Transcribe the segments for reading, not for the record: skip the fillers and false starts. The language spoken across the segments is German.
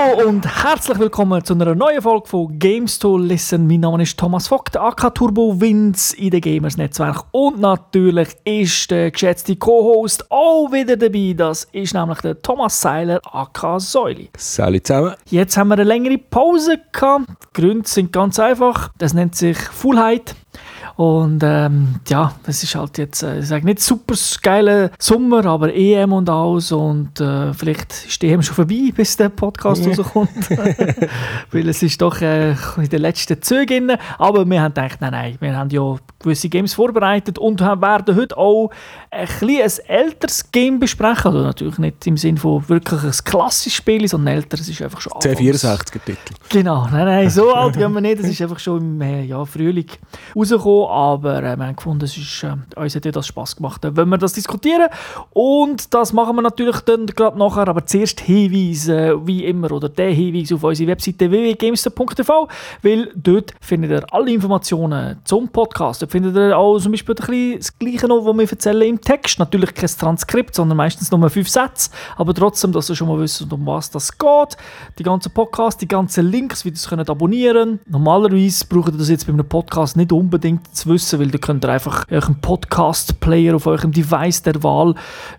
Hallo und herzlich willkommen zu einer neuen Folge von Games to Listen. Mein Name ist Thomas Vogt, AK Turbo Winz in den Gamers Netzwerk. Und natürlich ist der geschätzte Co-Host auch wieder dabei. Das ist nämlich der Thomas Seiler, AK Säuli. Salut zusammen. Jetzt haben wir eine längere Pause gehabt. Die Gründe sind ganz einfach. Das nennt sich Faulheit. Und ja, es ist halt jetzt, ich sage nicht super geiler Sommer, aber EM und alles. Und vielleicht ist die EM schon vorbei, bis der Podcast rauskommt. Weil es ist doch in den letzten Zügen. Aber wir haben gedacht, nein, wir haben ja gewisse Games vorbereitet und werden heute auch ein älteres Game besprechen. Also natürlich nicht im Sinne von wirklich ein klassisches Spiel, sondern älter. Es ist einfach schon C64er-Titel. Genau, nein, so alt gehen wir nicht. Es ist einfach schon im Frühling rausgekommen. Aber wir haben gefunden, uns hat ja das Spass gemacht, wenn wir das diskutieren. Und das machen wir natürlich dann gerade nachher. Aber zuerst Hinweise, wie immer, oder der Hinweis auf unsere Webseite www.gamester.tv, weil dort findet ihr alle Informationen zum Podcast. Dort findet ihr auch zum Beispiel das Gleiche noch, was wir erzählen im Text. Natürlich kein Transkript, sondern meistens nur 5 Sätze. Aber trotzdem, dass ihr schon mal wisst, um was das geht. Die ganzen Podcasts, die ganzen Links, wie ihr das abonnieren könnt. Normalerweise braucht ihr das jetzt bei einem Podcast nicht unbedingt zu wissen, weil ihr könnt einfach euren Podcast-Player auf eurem Device der Wahl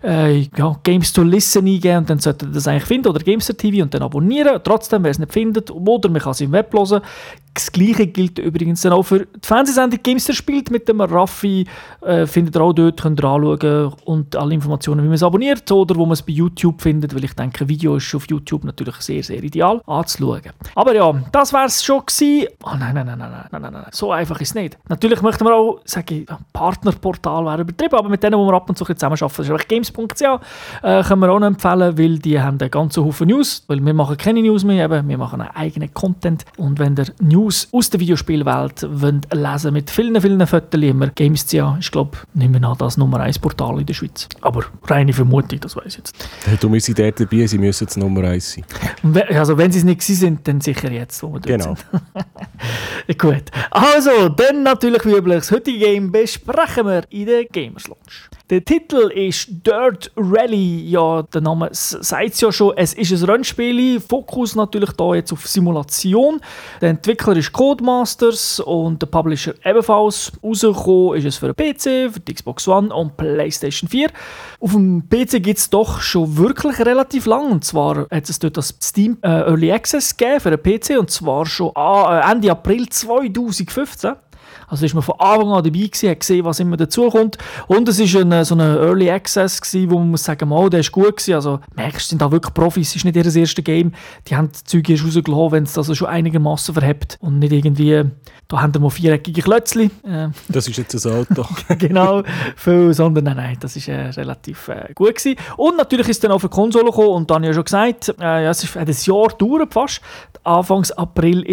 Games to Listen eingeben und dann solltet ihr das eigentlich finden, oder Gamester TV und dann abonnieren. Trotzdem, wer es nicht findet, oder man kann es im Web hören. Das Gleiche gilt übrigens dann auch für die Fernsehsendung Gamester spielt mit dem Raffi. Findet ihr auch dort, könnt ihr anschauen und alle Informationen, wie man es abonniert oder wo man es bei YouTube findet, weil ich denke, Video ist auf YouTube natürlich sehr, sehr ideal anzuschauen. Aber ja, das wäre es schon gewesen. Oh nein, so einfach ist es nicht. Natürlich möchten wir auch, Partnerportal wäre übertrieben, aber mit denen, wo wir ab und zu zusammenarbeiten, das ist einfach games.ch, können wir auch noch empfehlen, weil die haben einen ganzen Haufen News, weil wir machen keine News mehr, wir machen einen eigenen Content und wenn der News aus der Videospielwelt lesen mit vielen Fotos, immer Games.ch ist, glaube ich, nicht mehr das Nummer 1 Portal in der Schweiz. Aber reine Vermutung, das weiss ich jetzt. Du bist dort dabei, sie müssen das Nummer 1 sein. Also wenn sie es nicht sind, dann sicher jetzt, wo wir dort genau. sind. Gut. Also, dann natürlich wie üblich, das heutige Game besprechen wir in der Gamers Lounge. Der Titel ist Dirt Rally. Ja, der Name sagt es ja schon. Es ist ein Rennspiel. Fokus natürlich da jetzt auf Simulation. Der Entwickler ist Codemasters und der Publisher ebenfalls. Rausgekommen ist es für den PC, für die Xbox One und PlayStation 4. Auf dem PC gibt es doch schon wirklich relativ lang. Und zwar hat es dort das Steam Early Access gegeben für den PC. Und zwar schon Ende April 2015. Also ist man von Anfang an dabei gewesen, hat gesehen, was immer dazukommt. Und es war so ein Early Access gewesen, wo man muss sagen, der ist gut gewesen. Also merkst, sind da wirklich Profis, es ist nicht ihr erstes Game. Die haben die Züge erst rausgelassen, wenn es also schon einigermaßen verhebt. Und nicht irgendwie, da haben wir mal 4-eckige Klötzchen. Das ist jetzt ein Auto. Genau, viel, sondern nein, das ist relativ gut gewesen. Und natürlich ist es dann auch für Konsolen gekommen. Und dann habe ich ja schon gesagt, es hat ein Jahr gedauert fast. Anfangs April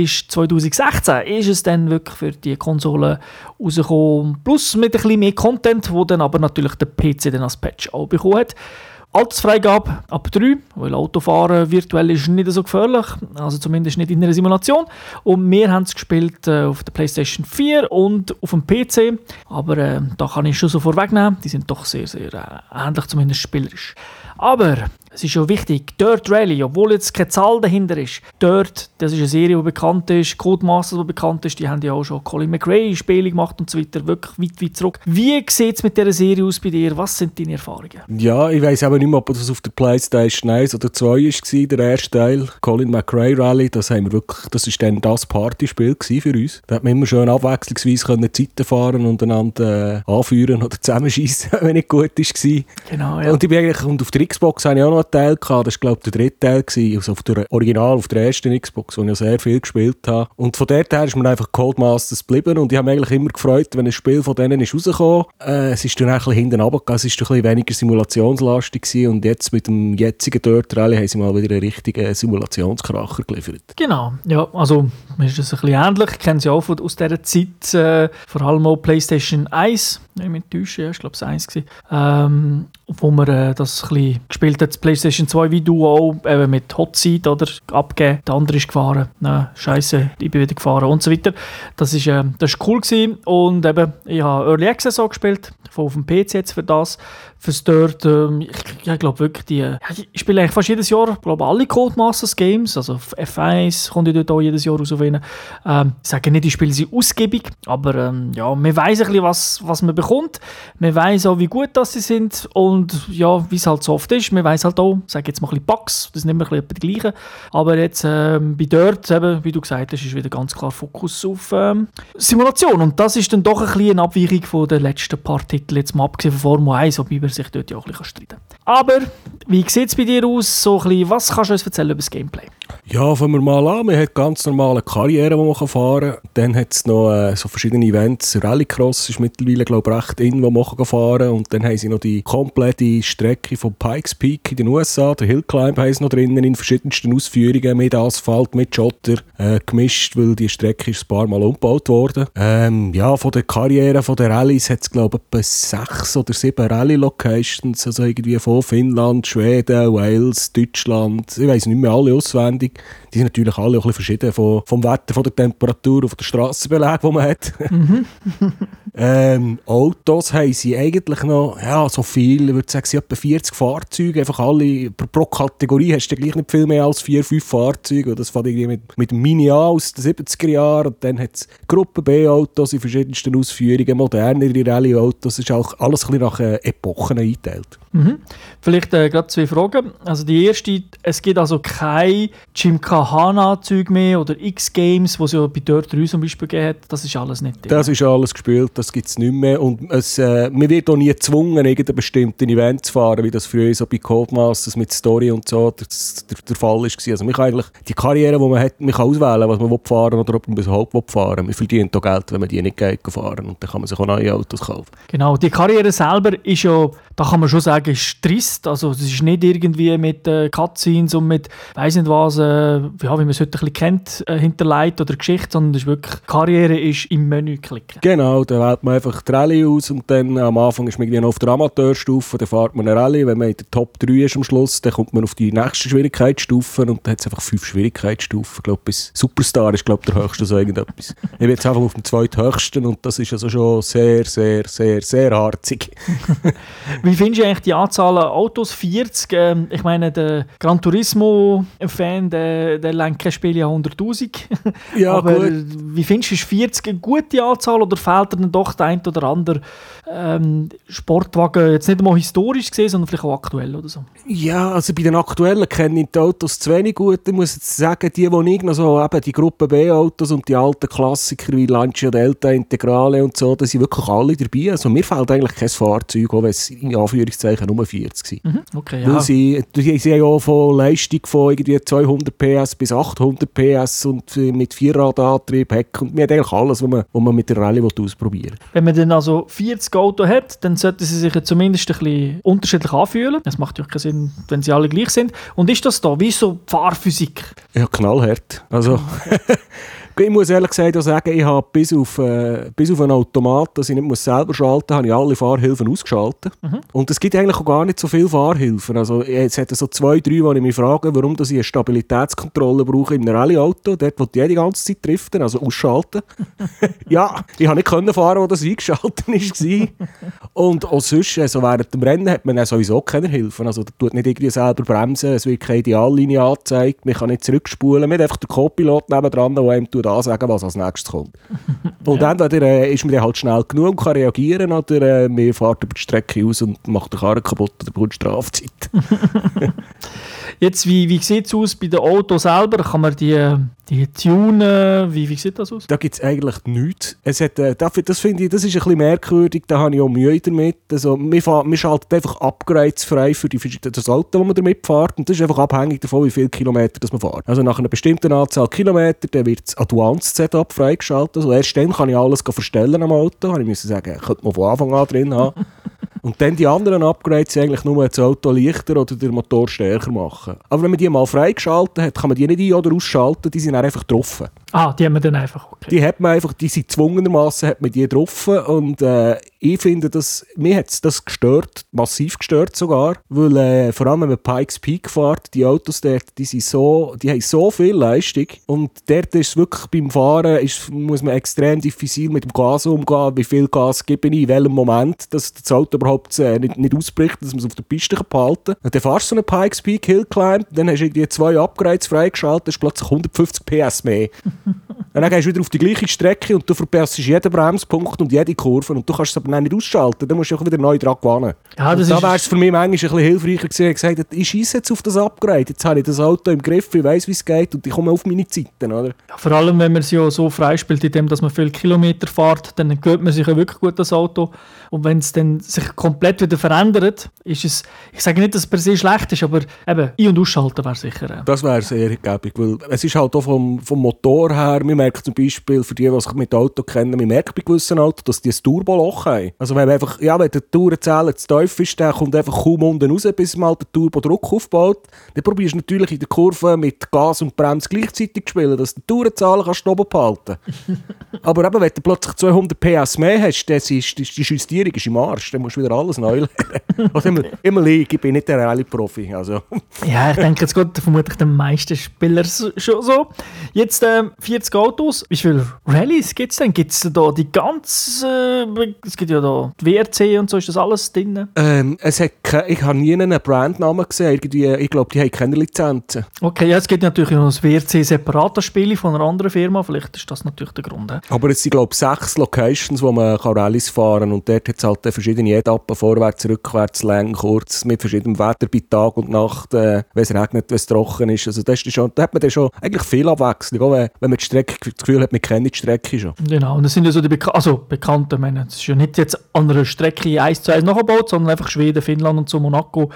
2016 ist es dann wirklich für die Konsolen rausgekommen. Plus mit ein bisschen mehr Content, wo dann aber natürlich der PC dann als Patch auch bekommen hat. Altersfreigabe ab 3, weil Autofahren virtuell ist nicht so gefährlich, also zumindest nicht in einer Simulation. Und wir haben es gespielt auf der PlayStation 4 und auf dem PC, aber da kann ich schon so vorwegnehmen, die sind doch sehr, sehr ähnlich, zumindest spielerisch. Aber es ist schon wichtig, Dirt Rally, obwohl jetzt keine Zahl dahinter ist. Dirt, das ist eine Serie, die bekannt ist, Codemasters, die bekannt ist, die haben ja auch schon Colin McRae Spiele gemacht und so weiter, wirklich weit zurück. Wie sieht es mit dieser Serie aus bei dir? Was sind deine Erfahrungen? Ja, ich weiss aber nicht mehr, ob das auf der PlayStation 1 oder 2 war, der erste Teil, Colin McRae Rally, das war dann das Partyspiel für uns. Da hat man immer schön abwechslungsweise Zeiten fahren und einander anführen oder zusammenschießen, wenn nicht gut war. Genau, ja. Und auf der Xbox hatte ich auch noch einen Teil gehabt, das war glaube ich der dritte Teil, also auf der ersten Xbox, wo ich sehr viel gespielt habe. Und von dort her ist mir einfach Codemasters geblieben und ich habe mich eigentlich immer gefreut, wenn ein Spiel von denen ist rausgekommen. Es ist dann ein bisschen hinten runtergegangen, es war ein bisschen weniger simulationslastig gewesen und jetzt mit dem jetzigen Dirt Rally haben sie mal wieder einen richtigen Simulationskracher geliefert. Genau, ja, also ist das ein bisschen ähnlich, ich kenne sie auch aus dieser Zeit, vor allem auch PlayStation 1. nicht mehr täuschen, ja, ich glaube es war 1 gewesen, wo man das ein bisschen gespielt hat, das PlayStation 2 wie du auch, eben mit Hot Seat oder abgeben, der andere ist gefahren, scheiße, ich bin wieder gefahren und so weiter. Das ist cool gewesen und eben, ich habe Early Access auch gespielt, auf dem PC jetzt für das, fürs dort, ich glaube wirklich, ich spiele eigentlich fast jedes Jahr, glaube alle Codemasters Games, also F1 kommt ja dort auch jedes Jahr raus auf ihnen. Ich sage nicht, ich spiele sie ausgiebig, aber ja, man weiss ein bisschen, was man bekommt, man weiss auch, wie gut das sie sind und ja, wie es halt so oft ist, man weiss halt auch, ich sage jetzt mal ein bisschen Bugs, das ist nicht mehr ein bisschen die gleichen, aber jetzt bei dort, eben, wie du gesagt hast, ist wieder ganz klar Fokus auf Simulation und das ist dann doch ein bisschen eine Abweichung von den letzten paar Titeln, jetzt mal abgesehen von Formel 1, wobei man sich dort ja auch ein bisschen streiten kann. Aber, wie sieht es bei dir aus? So ein bisschen, was kannst du uns erzählen über das Gameplay? Ja, fangen wir mal an. Man hat ganz normale Karriere, die man fahren kann. Dann hat es noch so verschiedene Events. Rallycross ist mittlerweile, glaube ich, recht in, wo man fahren kann. Und dann haben sie noch die komplette Strecke von Pikes Peak in den USA. Der Hillclimb haben sie noch drinnen in verschiedensten Ausführungen mit Asphalt, mit Schotter gemischt, weil die Strecke ist ein paar Mal umgebaut worden. Ja, von der Karriere, von den Rallyes hat es, glaube ich, etwa 6 oder 7 Rally-Locations. Also irgendwie von Finnland, Schweden, Wales, Deutschland. Ich weiss nicht mehr alle auswendig. Die sind natürlich alle ein bisschen verschieden vom Wetter, von der Temperatur und von der Strassenbelag, die man hat. Autos haben sie eigentlich noch, ja, so viel, ich würde sagen, sie etwa 40 Fahrzeuge, einfach alle, pro Kategorie hast du gleich nicht viel mehr als 4-5 Fahrzeuge. Und das fängt irgendwie mit dem Mini an aus den 70er Jahren und dann hat es Gruppe B-Autos in verschiedensten Ausführungen, modernere Rallye-Autos, das ist auch alles ein bisschen nach Epochen eingeteilt. Vielleicht gerade 2 Fragen. Also die erste, es gibt also kein Gymkhana-Zeug mehr oder X-Games, was es ja bei Dirt 3 zum Beispiel gegeben hat. Das ist alles nicht drin. Das ist alles gespielt, das gibt es nicht mehr. Und man wird auch nie gezwungen, irgendein bestimmtes Event zu fahren, wie das früher so bei Codemasters mit Story und so der Fall war. Also man kann eigentlich die Karriere, die man hat, man kann auswählen, was man fahren will oder ob man überhaupt fahren will. Man verdient auch Geld, wenn man die nicht geht fahren. Und dann kann man sich auch neue Autos kaufen. Genau, die Karriere selber ist ja, da kann man schon sagen, ist trist. Also es ist nicht irgendwie mit Cutscenes und mit, weiss nicht was, ja, wie man es heute ein bisschen kennt, hinterlegt oder Geschichte, sondern das ist wirklich, Karriere ist im Menü klicken. Genau, da wählt man einfach die Rallye aus und dann am Anfang ist man noch auf der Amateurstufe, dann fährt man eine Rallye, wenn man in der Top 3 ist am Schluss, dann kommt man auf die nächste Schwierigkeitsstufe und dann hat es einfach 5 Schwierigkeitsstufen. Ich glaube, bis Superstar ist, glaube ich, der höchste, so irgendetwas. Ich bin jetzt einfach auf dem zweithöchsten und das ist also schon sehr, sehr, sehr, sehr harzig. Wie findest du eigentlich die Anzahl Autos? 40? Ich meine, der Gran Turismo-Fan, der lenkt kein Spiel ja 100'000. Ja, aber gut. Wie findest du, ist 40 eine gute Anzahl oder fehlt dir dann doch der ein oder andere Sportwagen, jetzt nicht mal historisch gesehen, sondern vielleicht auch aktuell oder so? Ja, also bei den aktuellen kenne ich die Autos zu wenig gut. Ich muss jetzt sagen, die ich noch so, eben die Gruppe B-Autos und die alten Klassiker wie Lancia Delta, Integrale und so, da sind wirklich alle dabei. Also mir fehlt eigentlich kein Fahrzeug, auch wenn es in Anführungszeichen nur 40 sind. Okay, ja. Weil sie haben auch von Leistung von irgendwie 200 PS bis 800 PS und mit Vierradantrieb, Heck und man hat eigentlich alles, was man mit der Rallye ausprobieren will. Wenn man dann also 40 Autos hat, dann sollten sie sich ja zumindest ein bisschen unterschiedlich anfühlen. Es macht ja keinen Sinn, wenn sie alle gleich sind. Und ist das da wie so Fahrphysik? Ja, knallhart. Also ich muss ehrlich gesagt auch sagen, ich habe bis auf einen Automat, dass ich nicht selber schalten muss, habe ich alle Fahrhilfen ausgeschaltet. Und es gibt eigentlich auch gar nicht so viele Fahrhilfen. Also es hat so 2, 3, wo ich mich frage, warum ich eine Stabilitätskontrolle brauche in einem Rallye-Auto, dort wo die ganze Zeit driften, also ausschalten. Ja, ich konnte nicht fahren, wo das eingeschaltet war. Und auch sonst, also während dem Rennen hat man dann sowieso keine Hilfen. Also da tut nicht irgendwie selber bremsen, es wird keine Ideallinie angezeigt, man kann nicht zurückspulen, man hat einfach den Co-Pilot nebendran, der einem ansagen, was als nächstes kommt. Und entweder ist man dann halt schnell genug und kann reagieren, oder man fährt über die Strecke aus und macht den Karren kaputt oder bekommt Strafzeit. Jetzt, wie sieht es aus bei den Autos selber? Kann man die tunen? Wie sieht das aus? Da gibt es eigentlich nichts. Das finde ich, das ist ein bisschen merkwürdig, da habe ich auch Mühe damit. Also, man schaltet einfach Upgrades frei für das Auto, das man damit fährt, und das ist einfach abhängig davon, wie viele Kilometer das man fährt. Also nach einer bestimmten Anzahl Kilometer, dann wird das Advanced Setup freigeschaltet. Also erst dann kann ich alles verstellen am Auto. Ich musste sagen, könnte man von Anfang an drin haben. Und dann die anderen Upgrades eigentlich nur das Auto leichter oder den Motor stärker machen. Aber wenn man die mal freigeschaltet hat, kann man die nicht ein- oder ausschalten, die sind dann einfach getroffen. Die haben wir dann einfach, okay. Die sind gezwungenermassen, hat man die getroffen und ich finde, mir hat es das gestört, massiv gestört sogar, weil vor allem wenn man Pikes Peak fährt, die Autos dort, die haben so viel Leistung und dort ist es wirklich beim Fahren, muss man extrem diffizil mit dem Gas umgehen, wie viel Gas gebe ich, in welchem Moment, dass das Auto überhaupt nicht ausbricht, dass man es auf der Piste behalten kann. Und dann fährst du so einen Pikes Peak Hill Climb, dann hast du irgendwie 2 Upgrades freigeschaltet, hast plötzlich 150 PS mehr. Und dann gehst du wieder auf die gleiche Strecke und du verpasst jeden Bremspunkt und jede Kurve und du kannst es aber dann nicht ausschalten, dann musst du auch wieder neu dran gewinnen. Ja, da wäre es für mich manchmal ein bisschen hilfreicher gewesen, gesagt, ich scheisse jetzt auf das Upgrade, jetzt habe ich das Auto im Griff, ich weiss, wie es geht und ich komme auf meine Zeiten. Oder? Ja, vor allem, wenn man es ja so freispielt, indem dass man viele Kilometer fährt, dann gewöhnt man sich ja wirklich gut das Auto. Und wenn es dann sich komplett wieder verändert, ist es, ich sage nicht, dass es per se schlecht ist, aber eben, ein- und ausschalten wäre sicher. Das wäre sehr gäbig, weil es ist halt auch vom Motor her, man merkt zum Beispiel, für die sich mit Auto kennen, man merkt bei gewissen Autos, dass die ein Turboloch haben. Also wenn der Tourenzähler zu tief ist, der kommt einfach kaum unten raus, bis mal der Turbodruck aufbaut. Dann probierst du natürlich in der Kurve mit Gas und Bremse gleichzeitig zu spielen, dass du den Tourenzähler oben behalten kannst. Aber eben, wenn du plötzlich 200 PS mehr hast, dann ist die Justierung ist im Arsch, dann musst du wieder alles neu lernen. Also immer liegen, ich bin nicht der Rallye-Profi. Also. Ja, ich denke, jetzt geht vermutlich den meisten Spieler schon so. Jetzt 40 Autos. Wie viele Rallyes gibt es denn? Gibt es da die ganze... es gibt ja da die WRC und so, ist das alles drin? Ich habe nie einen Brandnamen gesehen. Irgendwie, ich glaube, die haben keine Lizenzen. Okay, ja, es gibt natürlich noch das WRC separates Spiel von einer anderen Firma. Vielleicht ist das natürlich der Grund. Aber es sind, glaube ich, 6 Locations, wo man Rallyes fahren kann. Und dort hat es halt verschiedene Etappen, vorwärts, rückwärts, lang, kurz, mit verschiedenem Wetter bei Tag und Nacht, wenn es regnet, wenn es trocken ist. Also da hat man dann schon eigentlich viel Abwechslung, auch wenn man die Strecke, das Gefühl hat, man kennt die Strecke schon. Genau, und das sind ja so die Bekannten, ich meine, es ist ja nicht jetzt an einer Strecke 1:1 nachgebaut, sondern einfach Schweden, Finnland und so Monaco,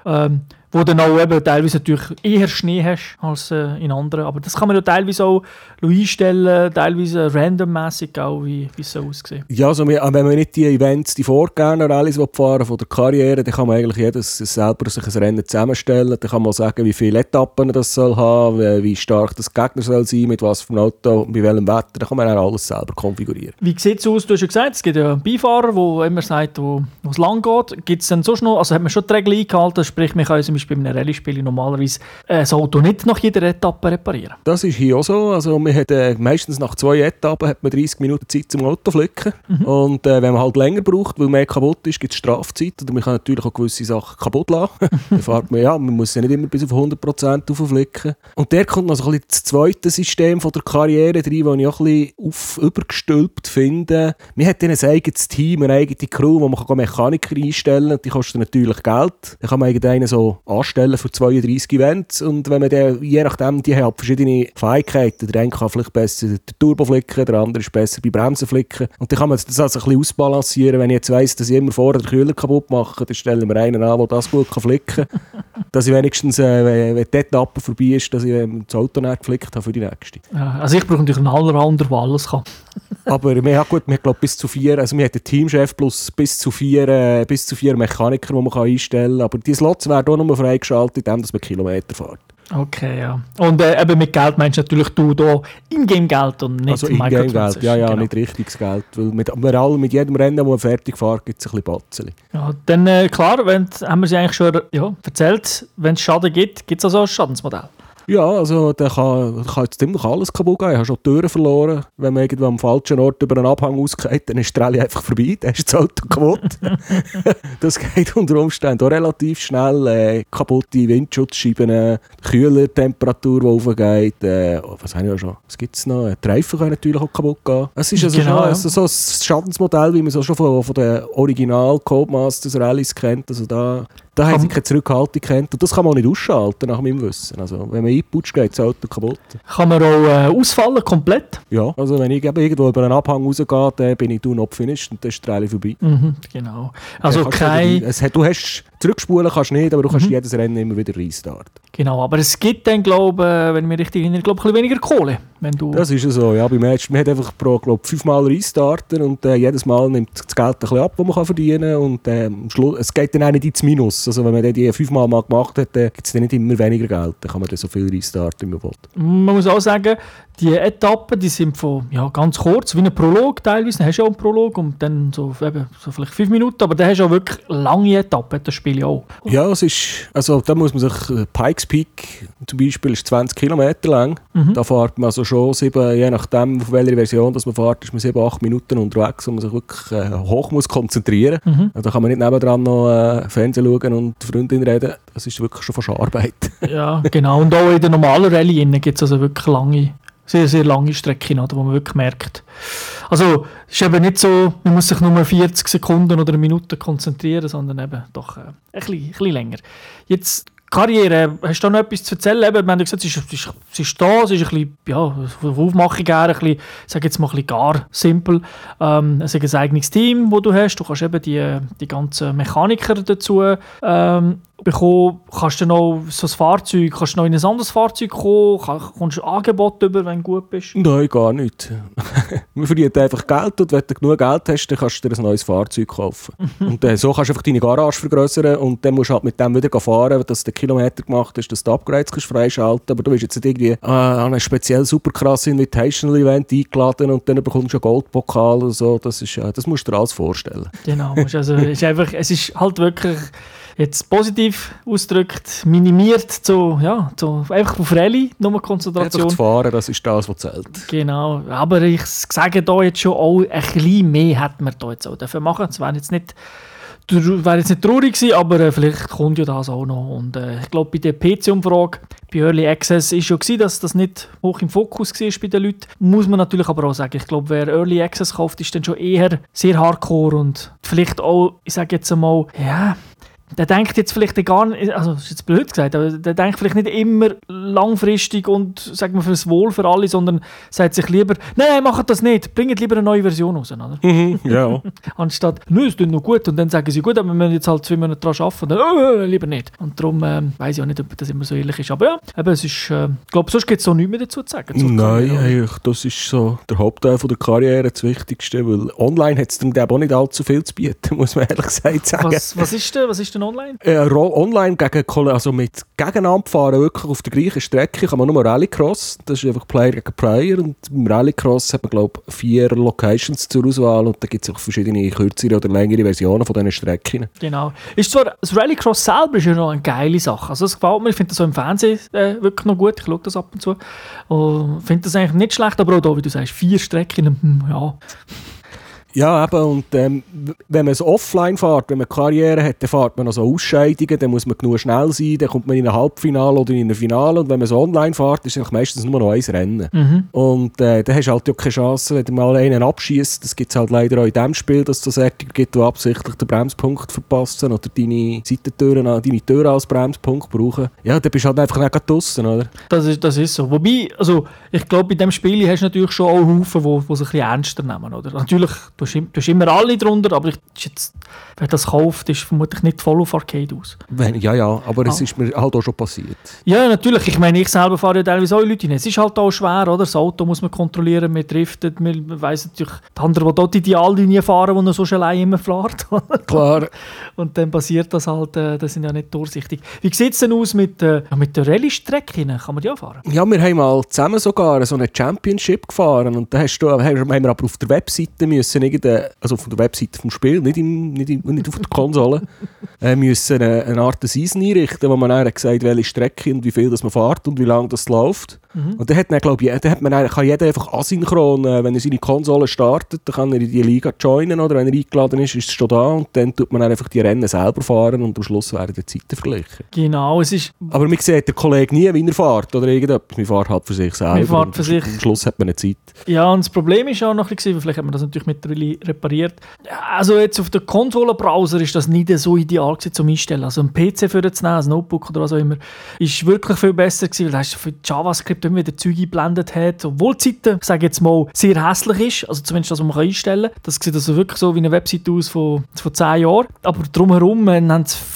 wo dann auch eben teilweise natürlich eher Schnee hast als in anderen. Aber das kann man ja teilweise auch einstellen, teilweise randommäßig auch, wie es so aussieht. Ja, also wenn man nicht die Events, die vorgehenden Rallyes fahren von der Karriere, dann kann man eigentlich jedes selber sich ein Rennen zusammenstellen. Dann kann man sagen, wie viele Etappen das soll haben, wie stark das Gegner soll sein, mit was für einem Auto, bei welchem Wetter. Dann kann man dann alles selber konfigurieren. Wie sieht es aus? Du hast ja gesagt, es gibt ja einen Beifahrer, der immer sagt, wo es lang geht. Gibt es dann sonst noch, also hat man schon die Regeln eingehalten, sprich, man kann zum Beispiel bei einem Rallye-Spiel normalerweise das Auto nicht nach jeder Etappe reparieren? Das ist hier auch so. Also man hat, meistens nach 2 Etappen hat man 30 Minuten Zeit zum Auto flicken. Und wenn man halt länger braucht, weil mehr kaputt ist, gibt es Strafzeit. Oder man kann natürlich auch gewisse Sachen kaputt lassen. Dann fährt man muss ja nicht immer bis auf 100% aufflicken. Und der kommt noch so ein bisschen das zweite System von der Karriere rein, das ich auch ein bisschen übergestülpt finde. Man hat dann ein eigenes Team, eine eigene Crew, wo man Mechaniker einstellen kann. Die kosten natürlich Geld. Dann kann man irgendeinen so anstellen für 32 Events. Und wenn man dann, je nachdem, die haben verschiedene Fähigkeiten. Der eine kann vielleicht besser den Turbo flicken, der andere ist besser bei Bremsen flicken. Und dann kann man das also ein bisschen ausbalancieren. Wenn ich jetzt weiss, dass ich immer vorher den Kühler kaputt mache, dann stellen wir einen an, der das gut flicken kann. Dass ich wenigstens, wenn die Etappe vorbei ist, dass ich das Auto nicht geflickt habe für die nächste. Ja, also ich brauche natürlich einen Allrounder, der alles kann. Aber wir haben bis zu 4, also wir haben einen Teamchef plus bis zu 4 Mechaniker, die man einstellen kann. Aber die Slots werden auch nur freigeschaltet, indem man Kilometer fährt. Okay, ja. Und eben mit Geld meinst du natürlich da Ingame-Geld und nicht also Ingame-Geld, ja, genau. Nicht richtiges Geld. Weil mit jedem Rennen, das man fertig fährt, gibt es ein bisschen Batzeli. Ja, dann klar, haben wir sie eigentlich schon erzählt, wenn es Schaden gibt, gibt es also ein Schadensmodell. Ja, also da kann jetzt ziemlich alles kaputt gehen. Ich habe schon die Türen verloren. Wenn man irgendwo am falschen Ort über einen Abhang ausgeht, dann ist die Rallye einfach vorbei, dann ist das Auto kaputt. Das geht unter Umständen auch relativ schnell. Kaputte Windschutzscheiben, Kühlertemperatur, die aufgeht. Was habe ich auch schon? Was gibt es noch? Die Reifen können natürlich auch kaputt gehen. Es ist also genau, schon so ein Schadensmodell, wie man es auch schon von den Original-Codemasters Rallyes kennt. Also da haben sie keine Zurückhaltung kennt. Und das kann man auch nicht ausschalten, nach meinem Wissen. Also, wenn man einputscht, geht das Auto kaputt. Kann man auch ausfallen, komplett? Ja, also wenn ich irgendwo über einen Abhang rausgehe, dann bin ich do not finished und dann ist die Rallye vorbei. Genau. Also du hast zurückspulen kannst du nicht, aber du kannst jedes Rennen immer wieder restarten. Genau, aber es gibt dann, glaube ich, wenn ich mich richtig erinnere, ein bisschen weniger Kohle. Wenn du das ist ja so, ja. Beim Match, man hat einfach pro 5-mal restarten und jedes Mal nimmt das Geld ein bisschen ab, das man verdienen kann. Und am Schluss, es geht dann auch nicht ins Minus. Also wenn man die 5-mal mal gemacht hat, dann gibt es dann nicht immer weniger Geld. Dann kann man dann so viel restarten, wie man will. Man muss auch sagen, Die Etappen, die sind ganz kurz, wie ein Prolog teilweise. Dann hast du auch einen Prolog und dann so vielleicht 5 Minuten, aber dann hast du auch wirklich lange Etappen, das Spiel ja auch. Ja, es ist, also da muss man sich, Pikes Peak zum Beispiel ist 20 Kilometer lang. Da fährt man also schon 7, je nachdem auf welcher Version dass man fährt, ist man 7-8 Minuten unterwegs, wo man sich wirklich hoch muss konzentrieren. Da kann man nicht nebendran noch Fernsehen schauen und Freundin reden. Das ist wirklich schon fast Arbeit. Ja, genau. Und auch in der normalen Rallye gibt es also wirklich sehr, sehr lange Strecken, wo man wirklich merkt. Also es ist eben nicht so, man muss sich nur 40 Sekunden oder eine Minute konzentrieren, sondern eben doch ein bisschen länger. Jetzt Karriere, hast du da noch etwas zu erzählen? Eben, wir haben gesagt, sie ist da, es ist ein bisschen, von Aufmachung her, ein bisschen, ich sage jetzt mal ein bisschen gar simpel. Es ist ein eigenes Team, das du hast. Du kannst eben die ganzen Mechaniker dazu bekommen. Kannst du noch so ein Fahrzeug, kannst du noch in ein anderes Fahrzeug kommen? Kommst du ein Angebot über, wenn du gut bist? Nein, gar nicht. Man verdient einfach Geld und wenn du genug Geld hast, dann kannst du dir ein neues Fahrzeug kaufen. Und so kannst du einfach deine Garage vergrößern und dann musst du halt mit dem wieder fahren, dass du Kilometer gemacht hast, dass du Upgrades kannst freischalten. Aber du bist jetzt nicht irgendwie an ein speziell super krasses Invitational-Event eingeladen und dann bekommst du einen Goldpokal oder so. Das musst du dir alles vorstellen. Genau, es ist halt wirklich jetzt positiv ausgedrückt, minimiert einfach auf Rallye, nur Konzentration. Einfach zu fahren, das ist das, was zählt. Genau, aber ich sage da jetzt schon auch, ein bisschen mehr hätte man da jetzt auch dafür machen. Es wäre jetzt nicht traurig gewesen, aber vielleicht kommt ja das auch noch. Und ich glaube, bei der PC-Umfrage, bei Early Access, war schon gewesen, dass das nicht hoch im Fokus war bei den Leuten. Muss man natürlich aber auch sagen, ich glaube, wer Early Access kauft, ist dann schon eher sehr hardcore und vielleicht auch, ich sage jetzt einmal, der denkt jetzt vielleicht gar nicht, also das ist jetzt blöd gesagt, aber der denkt vielleicht nicht immer langfristig und sagen wir fürs Wohl für alle, sondern sagt sich lieber, nein, macht das nicht, bringt lieber eine neue Version raus, oder? Ja. Anstatt, es tut noch gut und dann sagen sie, gut, aber wir müssen jetzt halt 2 Monate daran arbeiten, dann lieber nicht. Und darum weiss ich auch nicht, ob das immer so ehrlich ist. Aber ja, eben, es ist, ich glaube, sonst gibt es so nichts mehr dazu zu sagen. Nein, eigentlich, das ist so der Hauptteil von der Karriere, das Wichtigste, weil online hat es dann auch nicht allzu viel zu bieten, muss man ehrlich gesagt sagen. Was ist denn online? Online mit Gegeneinander fahren, wirklich auf der gleichen Strecke, kann man nur Rallycross, das ist einfach Player gegen Player und im Rallycross hat man, glaube ich, 4 Locations zur Auswahl und da gibt es auch verschiedene kürzere oder längere Versionen von diesen Strecken. Genau. Ist zwar, das Rallycross selber ist ja noch eine geile Sache, also das gefällt mir, ich finde das so im Fernsehen wirklich noch gut, ich schaue das ab und zu und finde das eigentlich nicht schlecht, aber auch da, wie du sagst, 4 Strecken, ja. Ja, eben, und wenn man es offline fährt, wenn man Karriere hat, dann fährt man also Ausscheidungen, dann muss man genug schnell sein, dann kommt man in ein Halbfinale oder in ein Finale und wenn man es online fährt, ist es meistens nur noch 1 Rennen. Und dann hast du halt auch keine Chance, wenn du mal einen abschießt, das gibt es halt leider auch in dem Spiel, dass es so Sätze gibt, die absichtlich den Bremspunkt verpassen oder deine Seitentüren, deine Türen als Bremspunkt brauchen. Ja, dann bist du halt einfach nicht draussen, oder? Das ist so. Wobei, also ich glaube, bei diesem Spiel hast du natürlich schon auch Haufen, die es ein bisschen ernster nehmen, oder? Natürlich, du hast immer alle drunter, aber wer das kauft, ist vermutlich nicht voll auf Arcade aus. Ja, aber es ist mir halt auch schon passiert. Ja, natürlich. Ich meine, ich selber fahre ja teilweise auch Leute rein. Es ist halt auch schwer, oder? Das Auto muss man kontrollieren, man driftet, man weiss natürlich, die anderen, die dort die Ideallinie fahren, die so schon allein immer fährt. Klar. Und dann passiert das halt, das sind ja nicht durchsichtig. Wie sieht es denn aus mit der Rallye-Strecke? Kann man die auch fahren? Ja, wir haben mal zusammen sogar so eine Championship gefahren und da haben wir aber auf der Webseite müssen also auf der Webseite vom Spiel, nicht auf der Konsole, müssen eine Art Season einrichten, wo man dann gesagt hat, welche Strecke und wie viel das man fährt und wie lange das läuft. Und dann kann jeder einfach asynchron, wenn er seine Konsole startet, dann kann er in die Liga joinen oder wenn er eingeladen ist es schon da und dann tut man einfach die Rennen selber fahren und am Schluss werden die Zeiten verglichen. Genau, es ist... Aber man sieht den Kollegen nie, wie er fährt oder irgendetwas. Man fährt halt für sich selber. Am Schluss hat man eine Zeit. Ja, und das Problem ist auch noch ein bisschen, vielleicht hat man das natürlich mit repariert. Also jetzt auf der Konsolenbrowser ist das nicht so ideal zum Einstellen. Also ein PC für zu nehmen, ein Notebook oder was auch immer, ist wirklich viel besser gewesen, weil da hast du für JavaScript immer wieder Zeug eingeblendet hat. Obwohl die Seite, sage ich jetzt mal, sehr hässlich ist, also zumindest das, was man einstellen kann. Das sieht also wirklich so wie eine Webseite aus von 10 Jahren. Aber drumherum haben sie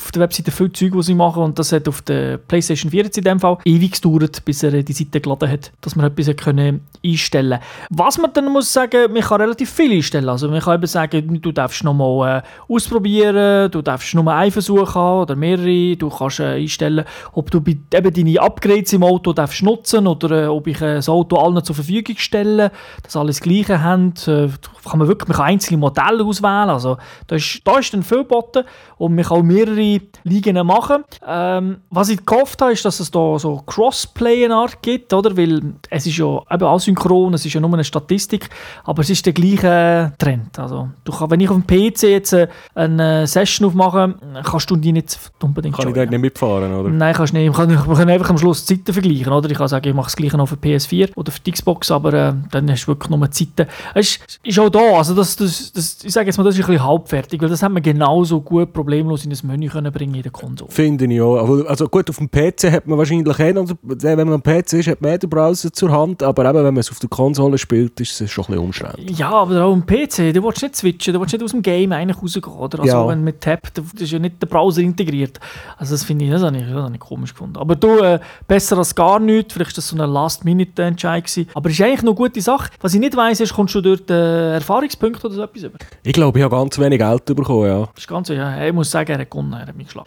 auf der Webseite viel Zeug, die sie machen, und das hat auf der PlayStation 4 in dem Fall ewig gedauert, bis er die Seite geladen hat, dass man etwas können einstellen. Was man dann muss sagen, man kann relativ viel einstellen. Also man kann eben sagen, du darfst nochmal ausprobieren, du darfst nur einen Versuch haben oder mehrere, du kannst einstellen, ob du eben deine Upgrades im Auto darfst nutzen oder ob ich das Auto allen zur Verfügung stelle, dass alle das Gleiche haben. Man kann einzelne Modelle auswählen, also da ist dann viel geboten und man kann auch mehrere Ligen machen. Was ich gehofft habe, ist, dass es da so Crossplay-Art gibt, oder? Weil es ist ja eben asynchron, es ist ja nur eine Statistik, aber es ist der gleiche Trend. Also, wenn ich auf dem PC jetzt eine Session aufmache, kannst du die nicht unbedingt Kann ich dort nicht mitfahren, oder? Nein, kannst du nicht. Wir können einfach am Schluss die Zeiten vergleichen, oder? Ich kann sagen, ich mache das Gleiche noch für PS4 oder für die Xbox, aber dann hast du wirklich nur die Zeiten. Es ist auch da, also ich sage jetzt mal, das ist ein bisschen halbfertig, weil das hat man genauso gut problemlos in das Menü können bringen in der Konsole. Finde ich auch. Also gut, auf dem PC hat man wahrscheinlich wenn man am PC ist, hat man den Browser zur Hand, aber eben, wenn man es auf der Konsole spielt, ist es schon ein bisschen umständlich. Ja, aber auch am PC, du willst nicht switchen, du willst nicht aus dem Game eigentlich rausgehen, oder? Also wenn mit Tab, das ist ja nicht der Browser integriert. Also das finde ich, das habe ich komisch gefunden. Aber du, besser als gar nichts, vielleicht war das so ein Last-Minute-Entscheid gewesen. Aber es ist eigentlich noch eine gute Sache. Was ich nicht weiss, ist, kommst du dort Erfahrungspunkte oder so etwas über? Ich glaube, ich habe ganz wenig Geld bekommen, ja. Das ist ganz so, ja. Ich muss sagen, er hat gewonnen, er hat mich geschlagen.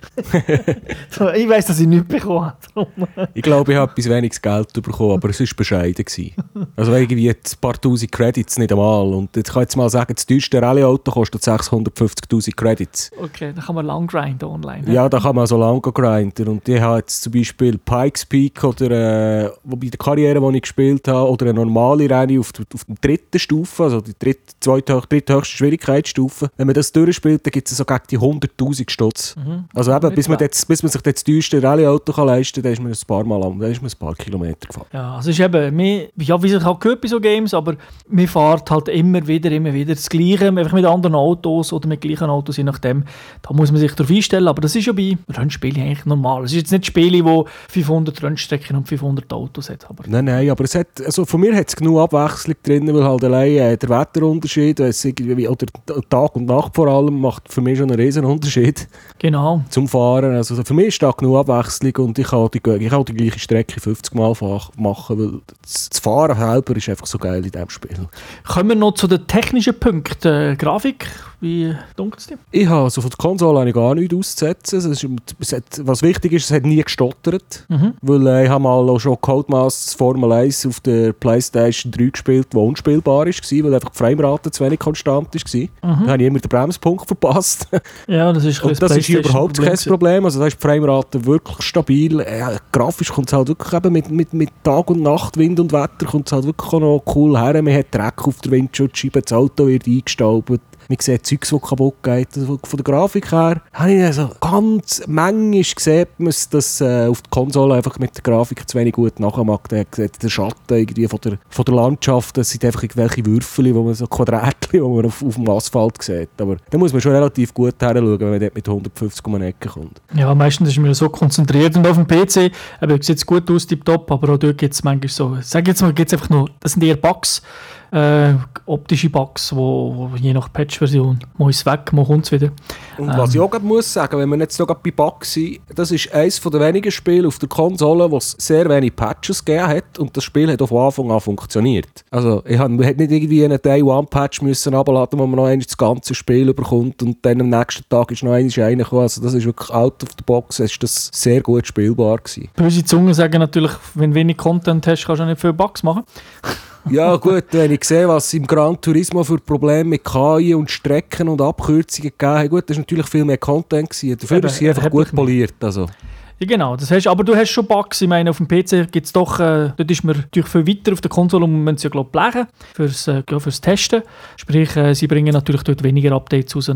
Ich weiss, dass ich nichts bekommen habe. Ich glaube, ich habe etwas weniges Geld bekommen, aber es war bescheiden gewesen. Also irgendwie ein paar tausend Credits nicht einmal. Und jetzt kann ich jetzt mal sagen, das teuerste Rallye-Auto kostet 650'000 Credits. Okay, da kann man lang grinden online. Ja, da kann man so lang grinden. Und ich habe jetzt zum Beispiel Pikes Peak oder bei der Karriere, die ich gespielt habe, oder eine normale Rallye auf der dritten Stufe, also die dritthöchste Schwierigkeitsstufe. Wenn man das durchspielt, dann gibt es so gegen die 100'000 Stutz. Also eben, bis man sich das teuerste Rallye-Auto leisten kann, dann ist man ein paar Kilometer gefahren. Ja, also es ist eben, wie sich halt gehört bei so Games, aber man fährt halt immer wieder das Gleiche, einfach mit anderen Autos oder mit gleichen Autos, je nachdem. Da muss man sich darauf einstellen, aber das ist ja bei Rennspielen eigentlich normal. Es ist jetzt nicht Spiele, die 500 Rennstrecken und 500 Autos hat. Aber Nein, aber von mir hat es genug Abwechslung drin, weil halt allein der Wetterunterschied, oder Tag und Nacht vor allem, macht für mich schon einen riesen Unterschied. Genau. Zum Fahren. Also für mich ist da genug Abwechslung und ich kann die gleiche Strecke 50 Mal machen, weil das Fahren selber ist einfach so geil in diesem Spiel. Kommen wir noch zu den technischen Punkten. Grafik, wie dunkel es dir? Ich habe also von der Konsole gar nichts auszusetzen. Was wichtig ist, es hat nie gestottert. Weil ich habe mal auch schon Codemasters Formel 1 auf der PlayStation 3 gespielt, die unspielbar war, weil einfach die Framerate zu wenig konstant war. Da habe ich immer den Bremspunkt verpasst. Ja, das ist hier überhaupt kein Problem. Also da ist die Framerate wirklich stabil. Grafisch kommt es halt wirklich eben mit Tag und Nacht, Wind und Wetter kommt es halt wirklich auch noch cool her. Man hat Dreck auf der Windschutzscheibe, das Auto wird eingestaubt. Man sieht Zeugs, das kaputt geht. Also von der Grafik her habe ich also ganz manchmal gesehen, dass auf der Konsole einfach mit der Grafik zu wenig gut nachmacht. Der Schatten irgendwie von der Landschaft, das sind einfach irgendwelche Würfel, wo man so Quadratchen, die man auf dem Asphalt sieht. Aber da muss man schon relativ gut hinschauen, wenn man dort mit 150 um eine Ecke kommt. Ja, meistens ist man so konzentriert. Und auf dem PC sieht es gut aus, tipptopp, aber auch dort gibt es manchmal so, sag jetzt mal, gibt's einfach nur, das sind eher Bugs, optische Bugs, wo je nach Patch-Version mal ist es weg, mal kommt es wieder. Und was ich auch muss sagen, wenn wir jetzt noch bei Bugs sind, das ist eines der wenigen Spiele auf der Konsole, wo es sehr wenig Patches gegeben hat und das Spiel hat auch von Anfang an funktioniert. Also man hätte nicht irgendwie einen Day-One-Patch müssen runterladen, wo man noch einmal das ganze Spiel überkommt und dann am nächsten Tag ist noch einmal reingekommen. Also das ist wirklich out of the box, ist das sehr gut spielbar gewesen. Böse Zungen sagen natürlich, wenn du wenig Content hast, kannst du auch nicht viele Bugs machen. Ja gut, wenn ich sehe, was es im Gran Turismo für Probleme mit KI und Strecken und Abkürzungen gegeben hat, gut, das war natürlich viel mehr Content gewesen. Dafür ist sie einfach gut poliert. Also. Ja, genau, aber du hast schon Bugs. Ich meine, auf dem PC gibt es doch, dort ist man natürlich viel weiter auf der Konsole und man es ja, glaube ich, blechen fürs Testen. Sprich, sie bringen natürlich dort weniger Updates raus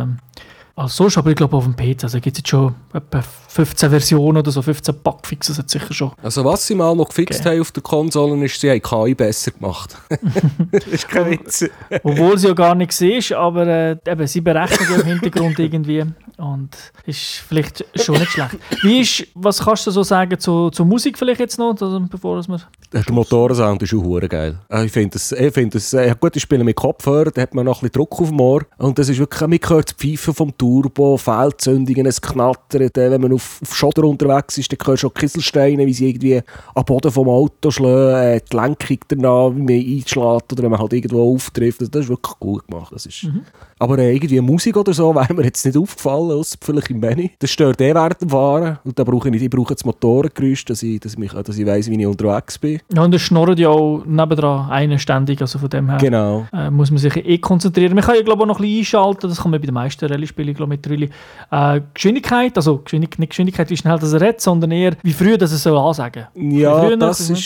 als sonst, aber ich glaube auf dem PC, also gibt es jetzt schon etwa 15 Versionen oder so, 15 Bugfixes hat sicher schon. Also was sie mal noch gefixt haben auf der Konsole, ist, sie haben KI besser gemacht. Das ist kein Witz. Obwohl sie ja gar nicht siehst, aber eben, sie berechnen ja im Hintergrund irgendwie und ist vielleicht schon nicht schlecht. Was kannst du so sagen zur Musik vielleicht jetzt noch, bevor wir... Der Motorensound ist auch verdammt geil. Ich finde es gut, ich spiele mit Kopfhörer, da hat man noch ein bisschen Druck auf dem Ohr. Und das ist wirklich, man hört das Pfeifen vom Turbo, Fehlzündungen, es knattert. Wenn man auf Schotter unterwegs ist, dann hörst du auch Kieselsteine, wie sie irgendwie am Boden vom Auto schlagen, die Lenkung danach, wie man einschlägt oder wenn man halt irgendwo auftrifft. Das ist wirklich gut gemacht. Das ist Aber irgendwie Musik oder so wäre mir jetzt nicht aufgefallen, ausser vielleicht im Menü. Das stört während dem Fahren und da brauche ich das Motorengeräusch, dass ich weiss, wie ich unterwegs bin. Ja, und es schnurrt ja auch nebendran einen ständig, also von dem her genau. Muss man sich konzentrieren. Man kann ja glaube ich auch noch ein bisschen einschalten, das kann man bei den meisten Rallye-Spielen mit Rallye. Geschwindigkeit, also nicht Geschwindigkeit, wie schnell das er redet, sondern eher, wie früh das er soll ansagen. Ja,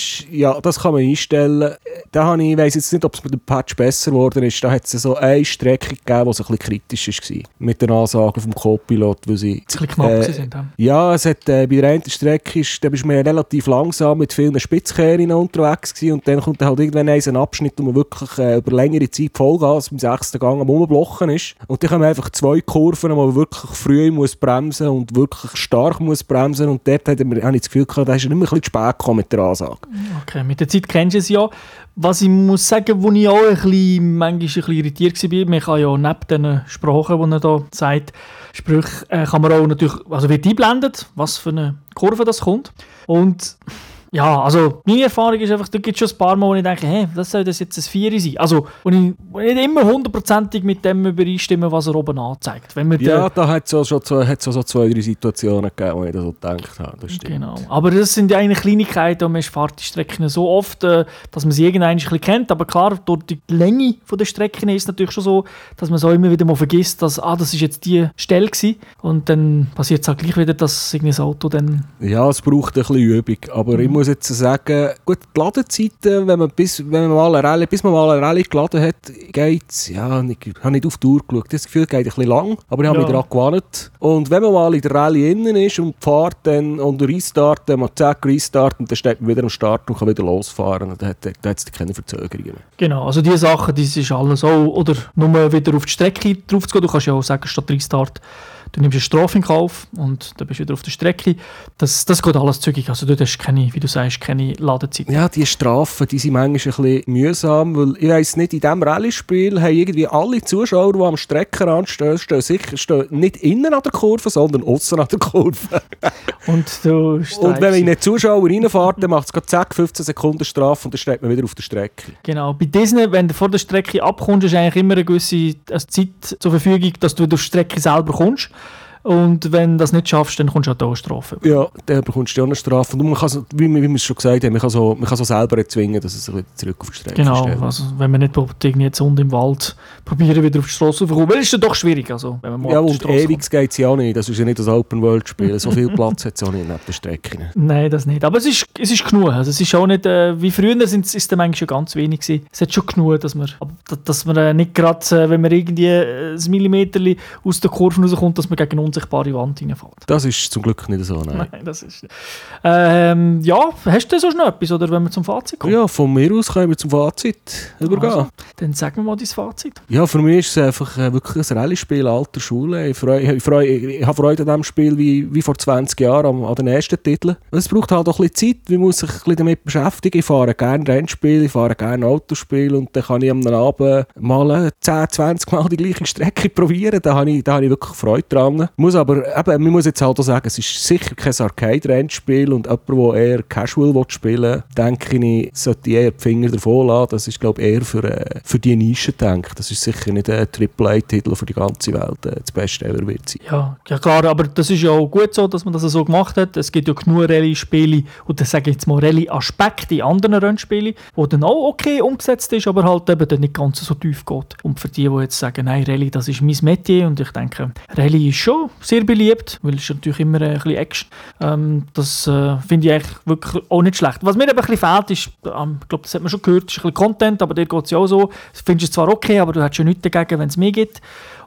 das kann man einstellen. Ich weiss jetzt nicht, ob es mit dem Patch besser geworden ist. Da hat es so eine Strecke gegeben, die ein bisschen kritisch war. Mit den Ansagen vom Co-Pilot, weil sie... Ein bisschen knapp sind. Ja, es hat, bei der einen Strecke da bist du relativ langsam mit vielen Spitzkehren unterwegs gewesen, und dann kommt halt irgendwann ein Abschnitt, wo man wirklich über längere Zeit Vollgas im 6. Gang am Rumblocken ist. Und dann kommen einfach 2 Kurven, wo man wirklich früh muss bremsen und wirklich stark muss bremsen. Und dort habe ich das Gefühl gehabt, da ist er nicht mehr ein bisschen zu spät gekommen mit der Ansage. Okay, mit der Zeit kennst du es ja. Was ich muss sagen, wo ich auch manchmal ein bisschen irritiert war, man kann ja neben den Sprachen, die er da sagt, Sprüche, kann man auch natürlich, also wird eingeblendet, was für eine Kurve das kommt. Und ja, also meine Erfahrung ist einfach, da gibt es schon ein paar Mal, wo ich denke, hey, das soll das jetzt ein 4 sein. Also, wo ich nicht immer 100%ig mit dem übereinstimme, was er oben anzeigt. Wenn wir ja, da hat es so 2-3 Situationen gegeben, wo ich das so gedacht habe. Das stimmt. Genau. Aber das sind ja eigentlich Kleinigkeiten, und man fährt die Strecken so oft, dass man sie irgendwann ein bisschen kennt. Aber klar, durch die Länge der Strecken ist es natürlich schon so, dass man so immer wieder mal vergisst, dass das ist jetzt die Stelle gewesen. Und dann passiert es halt gleich wieder, dass das Auto dann... Ja, es braucht ein bisschen Übung. Aber ich muss jetzt sagen, gut, die Ladezeiten, bis man mal eine Rallye geladen hat, geht's, ja, ich habe nicht auf die Uhr geschaut. Das Gefühl geht ein bisschen lang, aber ich habe mich daran gewandt. Und wenn man mal in der Rallye innen ist und fährt dann und restarten, man zack, restarten, dann steht man wieder am Start und kann wieder losfahren. Dann hat es keine Verzögerungen mehr. Genau, also diese Sachen, das ist alles auch, oder nur wieder auf die Strecke drauf zu gehen. Du kannst ja auch sagen, statt Restart, du nimmst eine Strafe in Kauf und dann bist du wieder auf der Strecke. Das geht alles zügig. Also du hast keine, wie du sagst, keine Ladezeit. Ja, die Strafen, die sind manchmal ein bisschen mühsam, weil ich weiss nicht, in diesem Rallye-Spiel haben irgendwie alle Zuschauer, die am Streckenrand stehen nicht innen an der Kurve, sondern außen an der Kurve. Und wenn man in einen Zuschauer reinfährt, dann macht es zack, 15 Sekunden Strafe und dann steht man wieder auf der Strecke. Genau. Bei Disney, wenn du vor der Strecke abkommst, ist eigentlich immer eine gewisse Zeit zur Verfügung, dass du durch die Strecke selber kommst. Und wenn du das nicht schaffst, dann kommst du auch eine Strafe. Ja, dann bekommst du auch eine Strafe. Und man kann so, wie wir es schon gesagt haben, man kann so selber erzwingen, dass es wieder zurück auf die Strecke genau, stellt. also wenn man nicht irgendwie jetzt unten im Wald probieren, wieder auf die Straße zu kommen, weil es ist doch schwierig. Also, wenn man mal ja, und ewig geht es ja auch nicht. Das ist ja nicht das Open-World-Spiel. So viel Platz hat es auch nicht neben der Strecke. Nein, das nicht. Aber es ist genug. Also, es ist auch nicht, wie früher ist es dann eigentlich schon ganz wenig gewesen. Es hat schon genug, dass man nicht gerade, wenn man irgendwie ein Millimeter aus der Kurve rauskommt, dass man gegen eine unsichtbare Wand reinfällt. Das ist zum Glück nicht so, nein. Das ist... ja, hast du sonst noch etwas, oder wenn wir zum Fazit kommen? Ja, von mir aus können wir zum Fazit übergehen. Also, dann sag mir mal dein Fazit. Ja, für mich ist es einfach wirklich ein Rallye-Spiel alter Schule. Ich habe Freude an diesem Spiel wie vor 20 Jahren an den ersten Titeln. Es braucht halt auch ein bisschen Zeit, man muss sich ein bisschen damit beschäftigen. Ich fahre gerne Rennspiele, ich fahre gerne Autospiele und dann kann ich am Abend mal 10, 20 Mal die gleiche Strecke probieren. Da habe ich wirklich Freude dran. Man muss jetzt halt auch sagen, es ist sicher kein Arcade-Rennspiel und jemand, der eher Casual spielen will, denke ich, sollte eher die Finger davon lassen. Das ist, glaube ich, eher für die Nische gedacht. Das ist sicher nicht ein AAA-Titel für die ganze Welt das Beste ever wird sein. Ja klar, aber das ist ja auch gut so, dass man das so gemacht hat. Es gibt ja genug Rallye-Spiele, oder sage ich jetzt mal Rallye-Aspekte in anderen Rennspielen, wo dann auch okay umgesetzt ist, aber halt eben dann nicht ganz so tief geht. Und für die jetzt sagen, nein, Rallye, das ist mein Metier, und ich denke, Rallye ist schon sehr beliebt, weil es ist natürlich immer ein bisschen Action. Das finde ich eigentlich wirklich auch nicht schlecht. Was mir aber ein bisschen fehlt, ist, ich glaube, das hat man schon gehört, ist ein bisschen Content, aber der geht es ja auch so. Du findest es zwar okay, aber du hast schon nichts dagegen, wenn es mehr gibt.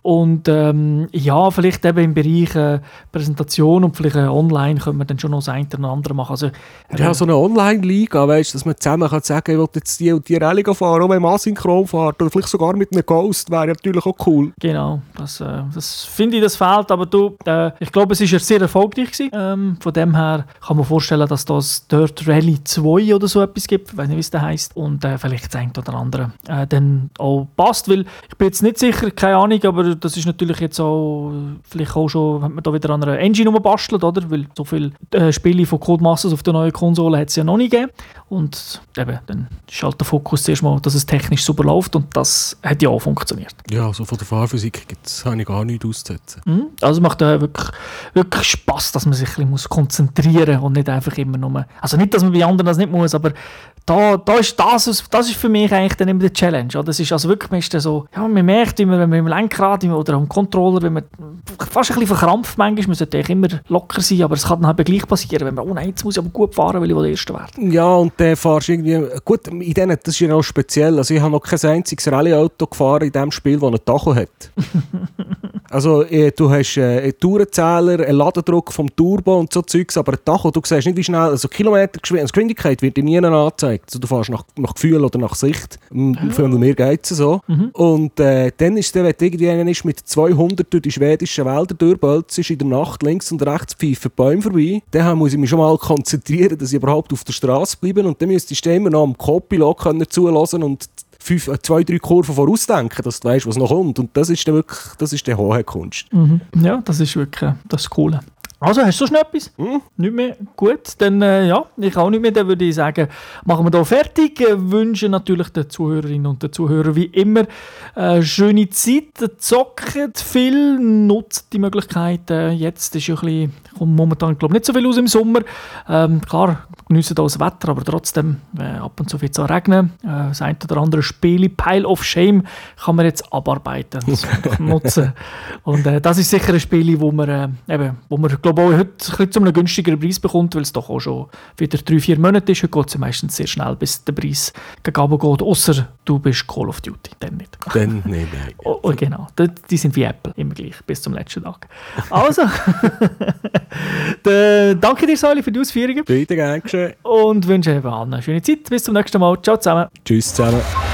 Und ja, vielleicht eben im Bereich Präsentation und vielleicht online können wir dann schon noch das eine oder andere machen. Also, ja, so eine Online-Liga, weißt, dass man zusammen kann sagen, ich will jetzt die und die Rallye fahren, auch wenn man asynchron fährt, oder vielleicht sogar mit einem Ghost, wäre natürlich auch cool. Genau, das finde ich, das fehlt, aber ich glaube, es war ja sehr erfolgreich gewesen. Von dem her kann man vorstellen, dass das Dirt Rally 2 oder so etwas gibt, ich weiß nicht, wie es da heisst, und vielleicht das eine oder andere dann auch passt, weil ich bin jetzt nicht sicher, keine Ahnung, aber das ist natürlich jetzt auch, vielleicht auch schon, hat man da wieder an einer Engine rumbastelt, oder? Weil so viele Spiele von Codemasters auf der neuen Konsole hat es ja noch nicht gegeben. Und eben, dann ist halt der Fokus zuerst mal, dass es technisch super läuft, und das hat ja auch funktioniert. Ja, also von der Fahrphysik habe ich gar nichts auszusetzen. Also es macht wirklich Spass, dass man sich ein bisschen konzentrieren muss und nicht einfach immer nur... Also nicht, dass man bei anderen das nicht muss, aber da ist das ist für mich eigentlich dann immer die Challenge. Oder? Das ist also wirklich meistens so, ja, man merkt, wenn man im Lenkrad oder am Controller, wenn man fast ein bisschen verkrampft manchmal, man sollte immer locker sein, aber es kann dann halt gleich passieren, wenn man, oh nein, jetzt muss ich aber gut fahren, weil ich der Erste werden. Ja, und dann fahrst du irgendwie, gut, in denen, das ist ja auch speziell, also ich habe noch kein einziges Rallye-Auto gefahren in dem Spiel, das einen Tacho hat. Also du hast einen Tourenzähler, einen Ladedruck vom Turbo und so Zeugs, aber ein Tacho, du siehst nicht, wie schnell, also Kilometergeschwindigkeit wird dir nie angezeigt. Also du fährst nach Gefühl oder nach Sicht. Für mir geht es so. Und dann ist es, wenn du irgendwie mit 200 durch die schwedischen Wälder durchbölzt, in der Nacht links und rechts pfeifen Bäume vorbei. Dann muss ich mich schon mal konzentrieren, dass ich überhaupt auf der Straße bleibe. Und dann müsstest du immer noch am Co-Pilot zulassen und 2-3 Kurven vorausdenken, dass du weißt, was noch kommt. Und das ist dann wirklich, das ist die hohe Kunst. Ja, das ist wirklich das Coole. Also, hast du schon etwas? Nicht mehr? Gut, dann ja, ich auch nicht mehr. Dann würde ich sagen, machen wir hier fertig. Wünsche natürlich den Zuhörerinnen und den Zuhörern wie immer schöne Zeit. Zockt viel, nutzt die Möglichkeit. Jetzt ist ja ein bisschen, kommt momentan glaube nicht so viel aus im Sommer. Klar, geniessen das Wetter, aber trotzdem, ab und zu wird es auch regnen. Das eine oder andere Spiel, Pile of Shame, kann man jetzt abarbeiten, das nutzen. Und das ist sicher ein Spiel, wo man glaube ich, heute ein bisschen zu einem günstigeren Preis bekommt, weil es doch auch schon wieder 3-4 Monate ist. Heute geht es meistens sehr schnell, bis der Preis gegen runter geht, ausser du bist Call of Duty. Dann nicht. Dann nicht, nein. Oh, genau, die sind wie Apple, immer gleich, bis zum letzten Tag. Also, danke dir, Sali, für die Ausführungen. Bitte, gern geschehen. Und wünsche allen eine schöne Zeit. Bis zum nächsten Mal. Ciao zusammen. Tschüss zusammen.